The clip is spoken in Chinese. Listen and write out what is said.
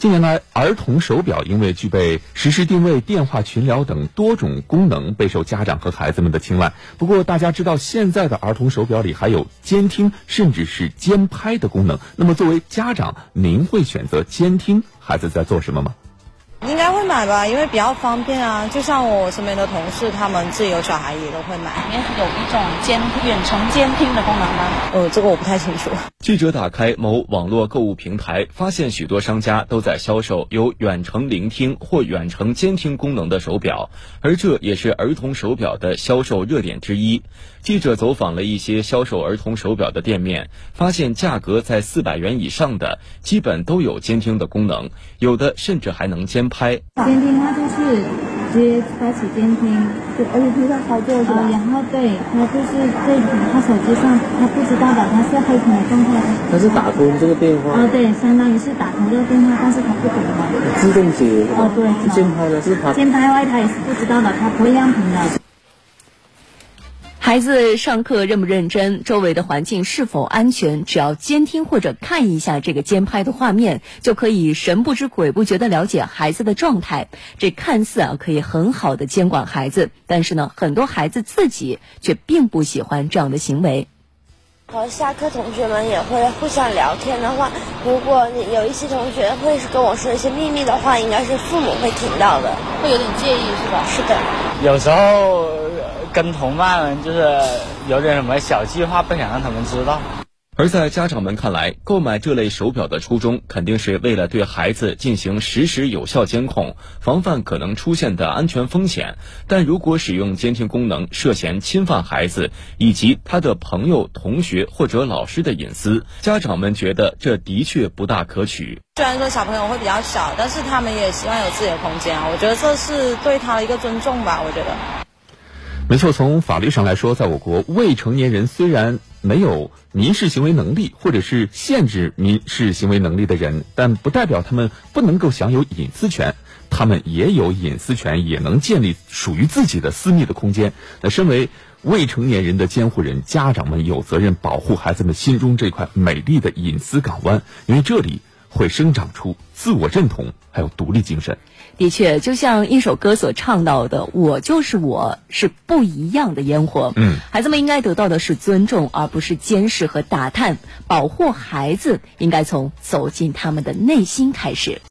近年来，儿童手表因为具备实时定位、电话群聊等多种功能，备受家长和孩子们的青睐。不过，大家知道现在的儿童手表里还有监听甚至是监拍的功能。那么，作为家长，您会选择监听孩子在做什么吗？ 应该会买吧，因为比较方便啊。就像我身边的同事，他们自己有小孩也都会买。 里面有一种远程监听的功能吗？ 这个我不太清楚。 记者打开某网络购物平台，发现许多商家都在销售有远程聆听或远程监听功能的手表，而这也是儿童手表的销售热点之一。记者走访了一些销售儿童手表的店面，发现价格在400元以上的基本都有监听的功能，有的甚至还能监拍。 监听它就是直接开启监听， 对，而且可以在操作是吧？ 然后对，它就是他手机上他不知道的，它是黑屏的状态。 它是打通这个电话。 对，相当于是打通这个电话，但是它不懂的。 自动接是吧？ 对。 监拍呢是它。 监拍外它也是不知道的，它不会亮屏的。 孩子上课认不认真，周围的环境是否安全，只要监听或者看一下这个监拍的画面，就可以神不知鬼不觉地了解孩子的状态。这看似可以很好的监管孩子，但是呢，很多孩子自己却并不喜欢这样的行为。 和下课同学们也会互相聊天的话，如果有一些同学会跟我说一些秘密的话，应该是父母会听到的， 会有点介意是吧？ 是的。 有时候跟同伴们就是有点什么小计划，不想让他们知道。 而在家长们看来，购买这类手表的初衷肯定是为了对孩子进行实时有效监控，防范可能出现的安全风险。但如果使用监听功能涉嫌侵犯孩子以及他的朋友、同学或者老师的隐私，家长们觉得这的确不大可取。 虽然说小朋友会比较小，但是他们也希望有自己的空间啊，我觉得这是对他的一个尊重吧，我觉得。 没错，从法律上来说，在我国，未成年人虽然没有民事行为能力或者是限制民事行为能力的人，但不代表他们不能够享有隐私权，他们也有隐私权，也能建立属于自己的私密的空间。那身为未成年人的监护人，家长们有责任保护孩子们心中这块美丽的隐私港湾，因为这里会生长出自我认同还有独立精神。 的确，就像一首歌所唱到的，我就是我，是不一样的烟火。孩子们应该得到的是尊重，而不是监视和打探。保护孩子应该从走进他们的内心开始。